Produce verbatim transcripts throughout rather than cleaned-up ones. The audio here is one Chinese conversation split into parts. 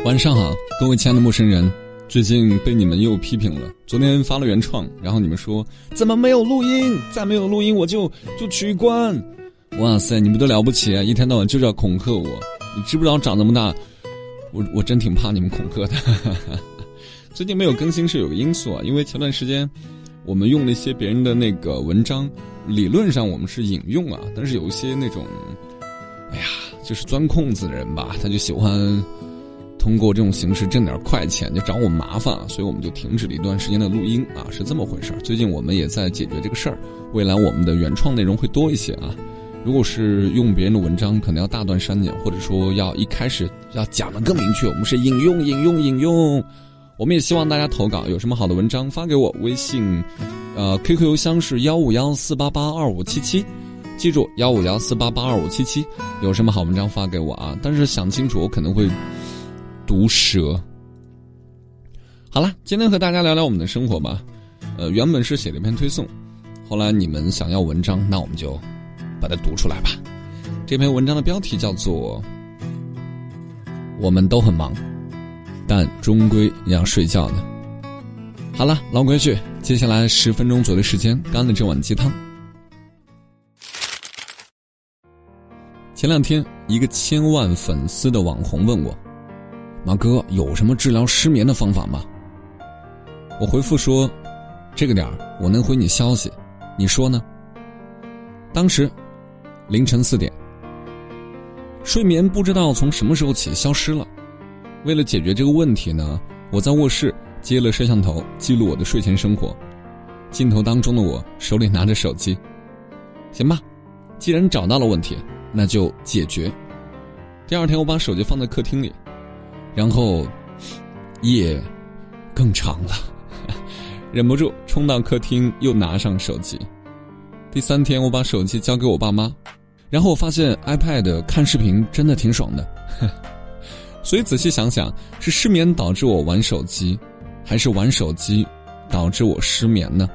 晚上好，各位亲爱的陌生人，最近被你们又批评了。昨天发了原创，然后你们说怎么没有录音，再没有录音我就就取关。哇塞，你们都了不起啊，一天到晚就要恐吓我。你知不知道长这么大，我我真挺怕你们恐吓的。最近没有更新是有个因素啊，因为前段时间我们用了一些别人的那个文章，理论上我们是引用啊，但是有一些那种哎呀就是钻空子的人吧，他就喜欢通过这种形式挣点快钱，就找我麻烦，所以我们就停止了一段时间的录音啊，是这么回事。最近我们也在解决这个事儿，未来我们的原创内容会多一些啊。如果是用别人的文章，可能要大段删减，或者说要一开始要讲得更明确，我们是引用引用引用。我们也希望大家投稿，有什么好的文章发给我，微信呃 Q Q 邮箱是一五一四八八二五七七，记住一五一四八八二五七七，有什么好文章发给我啊，但是想清楚我可能会毒舌。好了，今天和大家聊聊我们的生活吧。呃，原本是写了一篇推送，后来你们想要文章，那我们就把它读出来吧。这篇文章的标题叫做我们都很忙，但终归要睡觉的。好了，老规矩，接下来十分钟左右的时间，干了这碗鸡汤。前两天一个千万粉丝的网红问我，马哥有什么治疗失眠的方法吗？我回复说，这个点儿我能回你消息，你说呢？当时凌晨四点，睡眠不知道从什么时候起消失了。为了解决这个问题呢，我在卧室接了摄像头记录我的睡前生活。镜头当中的我手里拿着手机，行吧，既然找到了问题，那就解决。第二天我把手机放在客厅里，然后夜更长了，忍不住冲到客厅又拿上手机。第三天我把手机交给我爸妈，然后我发现 iPad 看视频真的挺爽的。所以仔细想想，是失眠导致我玩手机，还是玩手机导致我失眠呢？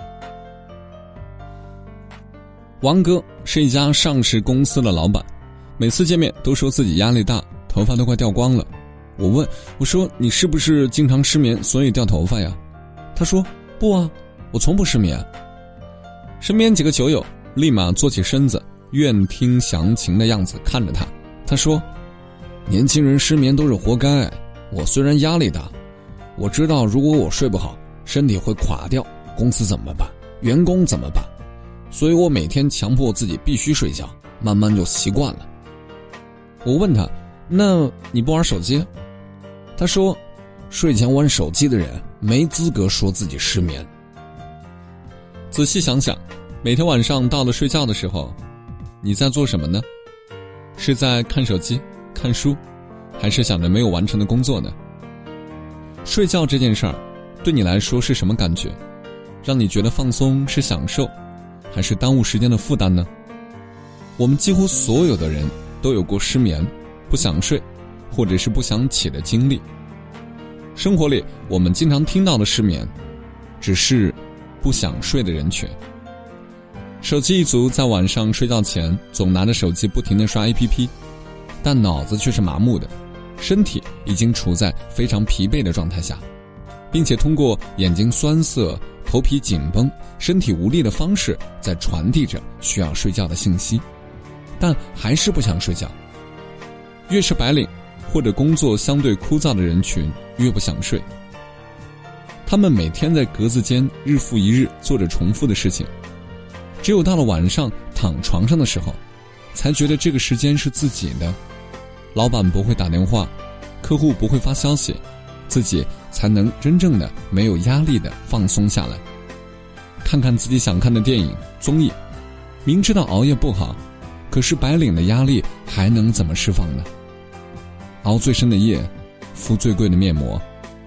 王哥是一家上市公司的老板，每次见面都说自己压力大，头发都快掉光了。我问，我说你是不是经常失眠所以掉头发呀？他说不啊，我从不失眠。身边几个酒友立马坐起身子，愿听详情的样子看着他。他说，年轻人失眠都是活该，我虽然压力大，我知道如果我睡不好，身体会垮掉，公司怎么办？员工怎么办？所以我每天强迫自己必须睡觉，慢慢就习惯了。我问他，那你不玩手机？他说，睡前玩手机的人没资格说自己失眠。仔细想想，每天晚上到了睡觉的时候，你在做什么呢？是在看手机、看书，还是想着没有完成的工作呢？睡觉这件事儿，对你来说是什么感觉？让你觉得放松是享受，还是耽误时间的负担呢？我们几乎所有的人都有过失眠、不想睡，或者是不想起的经历。生活里我们经常听到的失眠，只是不想睡的人群。手机一族在晚上睡觉前总拿着手机不停地刷 A P P， 但脑子却是麻木的，身体已经处在非常疲惫的状态下，并且通过眼睛酸涩、头皮紧绷、身体无力的方式在传递着需要睡觉的信息，但还是不想睡觉。越是白领或者工作相对枯燥的人群越不想睡，他们每天在格子间日复一日做着重复的事情，只有到了晚上躺床上的时候，才觉得这个时间是自己的。老板不会打电话，客户不会发消息，自己才能真正的没有压力的放松下来，看看自己想看的电影、综艺。明知道熬夜不好，可是白领的压力还能怎么释放呢？熬最深的夜，敷最贵的面膜。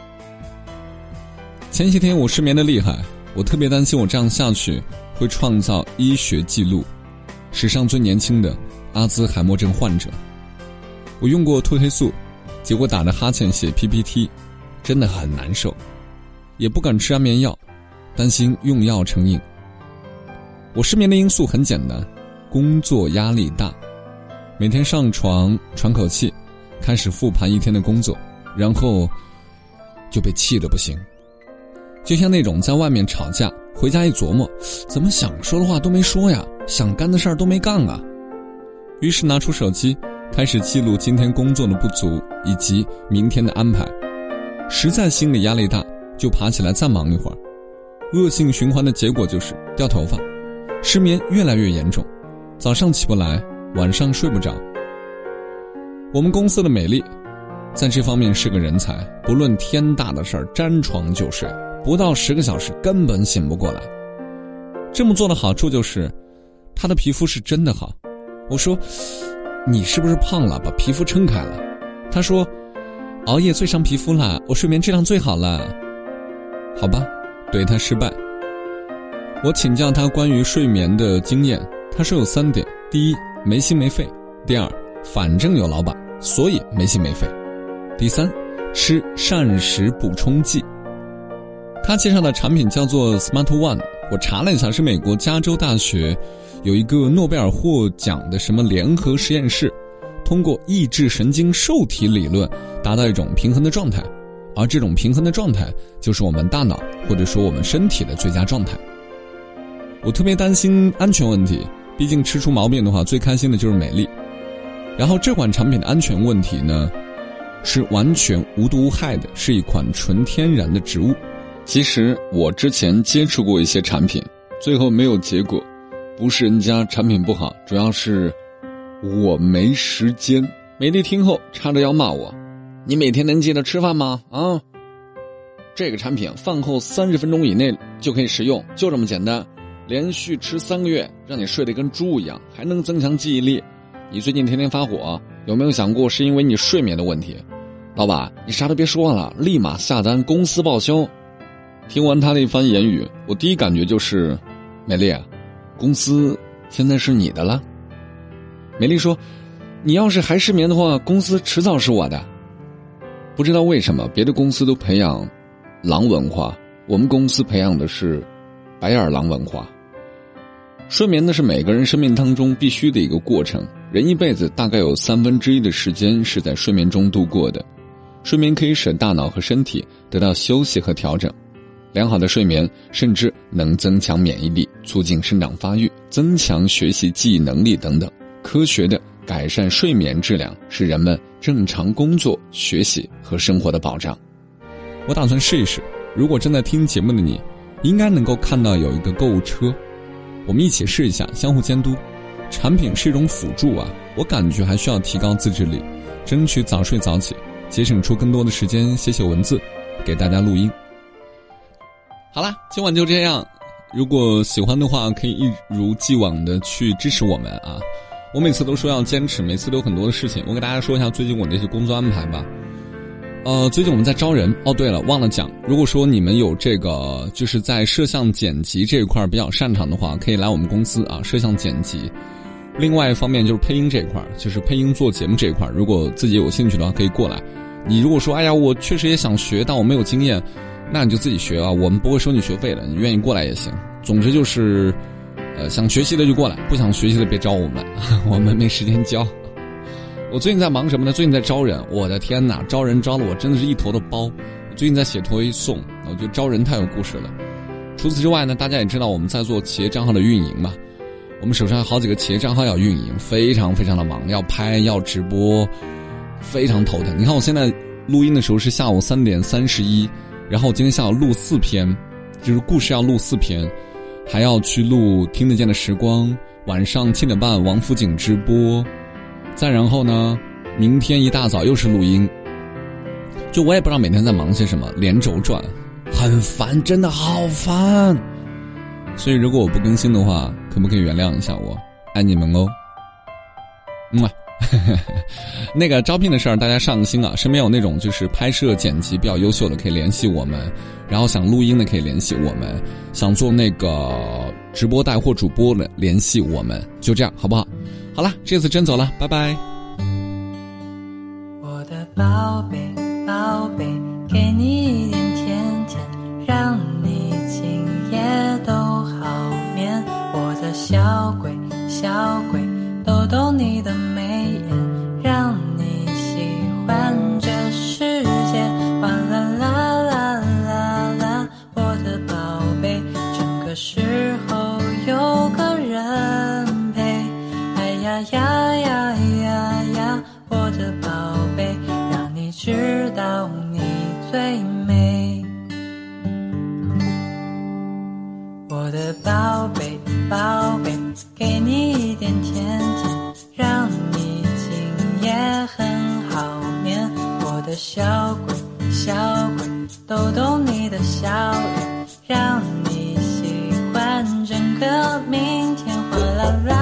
前些天我失眠的厉害，我特别担心我这样下去会创造医学记录，史上最年轻的阿兹海默症患者。我用过褪黑素，结果打着哈欠写 P P T， 真的很难受，也不敢吃安眠药，担心用药成瘾。我失眠的因素很简单，工作压力大，每天上床喘口气，开始复盘一天的工作， 然后就被气得不行。就像那种在外面吵架，回家一琢磨，怎么想说的话都没说呀，想干的事儿都没干啊。于是拿出手机，开始记录今天工作的不足以及明天的安排。实在心理压力大，就爬起来再忙一会儿。恶性循环的结果就是掉头发，失眠越来越严重，早上起不来，晚上睡不着。我们公司的美丽在这方面是个人才，不论天大的事儿，沾床就睡，不到十个小时根本醒不过来。这么做的好处就是她的皮肤是真的好。我说你是不是胖了，把皮肤撑开了？她说熬夜最伤皮肤了，我睡眠质量最好了。好吧，怼她失败。我请教她关于睡眠的经验，她说有三点：第一，没心没肺；第二，反正有老板，所以没心没肺；第三，吃膳食补充剂。他介绍的产品叫做 Smart One， 我查了一下，是美国加州大学有一个诺贝尔获奖的什么联合实验室，通过抑制神经受体理论达到一种平衡的状态，而这种平衡的状态就是我们大脑或者说我们身体的最佳状态。我特别担心安全问题，毕竟吃出毛病的话，最开心的就是美丽。然后这款产品的安全问题呢，是完全无毒无害的，是一款纯天然的植物。其实我之前接触过一些产品，最后没有结果，不是人家产品不好，主要是我没时间。美丽听后叉着腰骂我，你每天能记得吃饭吗？啊，这个产品饭后三十分钟以内就可以食用，就这么简单，连续吃三个月，让你睡得跟猪一样，还能增强记忆力。你最近天天发火，有没有想过是因为你睡眠的问题？老板，你啥都别说了，立马下单，公司报销。听完他的一番言语，我第一感觉就是，美丽，公司现在是你的了。美丽说，你要是还失眠的话，公司迟早是我的。不知道为什么别的公司都培养狼文化，我们公司培养的是白眼狼文化。睡眠呢是每个人生命当中必须的一个过程，人一辈子大概有三分之一的时间是在睡眠中度过的。睡眠可以使大脑和身体得到休息和调整，良好的睡眠甚至能增强免疫力，促进生长发育，增强学习记忆能力等等。科学的改善睡眠质量是人们正常工作、学习和生活的保障。我打算试一试，如果正在听节目的你，应该能够看到有一个购物车，我们一起试一下，相互监督。产品是一种辅助啊，我感觉还需要提高自制力，争取早睡早起，节省出更多的时间写写文字，给大家录音。好啦，今晚就这样。如果喜欢的话，可以一如既往的去支持我们啊！我每次都说要坚持，每次都有很多的事情。我给大家说一下最近我的一些工作安排吧。呃，最近我们在招人。哦，对了，忘了讲，如果说你们有这个就是在摄像剪辑这一块比较擅长的话，可以来我们公司啊，摄像剪辑。另外一方面就是配音这一块，就是配音做节目这一块，如果自己有兴趣的话，可以过来。你如果说，哎呀，我确实也想学，但我没有经验，那你就自己学啊，我们不会收你学费的，你愿意过来也行。总之就是，呃，想学习的就过来，不想学习的别招我们，我们没时间教。我最近在忙什么呢？最近在招人，我的天哪，招人招了我真的是一头的包。我最近在写推送，我觉得招人太有故事了。除此之外呢，大家也知道我们在做企业账号的运营嘛，我们手上有好几个企业账号要运营，非常非常的忙，要拍要直播，非常头疼。你看我现在录音的时候是下午三点三十一，然后我今天下午录四篇，就是故事要录四篇，还要去录听得见的时光，晚上七点半王府井直播，再然后呢，明天一大早又是录音。就我也不知道每天在忙些什么，连轴转，很烦，真的好烦。所以如果我不更新的话，可不可以原谅一下我？爱你们哦。嗯啊。那个招聘的事儿大家上心啊，身边有那种就是拍摄剪辑比较优秀的可以联系我们，然后想录音的可以联系我们，想做那个直播带货主播的联系我们，就这样好不好？好了，这次真走了，拜拜。 我的宝贝宝贝，给你一点甜甜，让你今夜都好眠。我的小鬼小鬼，逗逗你的眉眼，让你喜欢这世界。 最美。我的宝贝宝贝，给你一点甜甜，让你今夜很好眠。我的小鬼小鬼，逗逗你的笑脸，让你喜欢整个明天。哗啦啦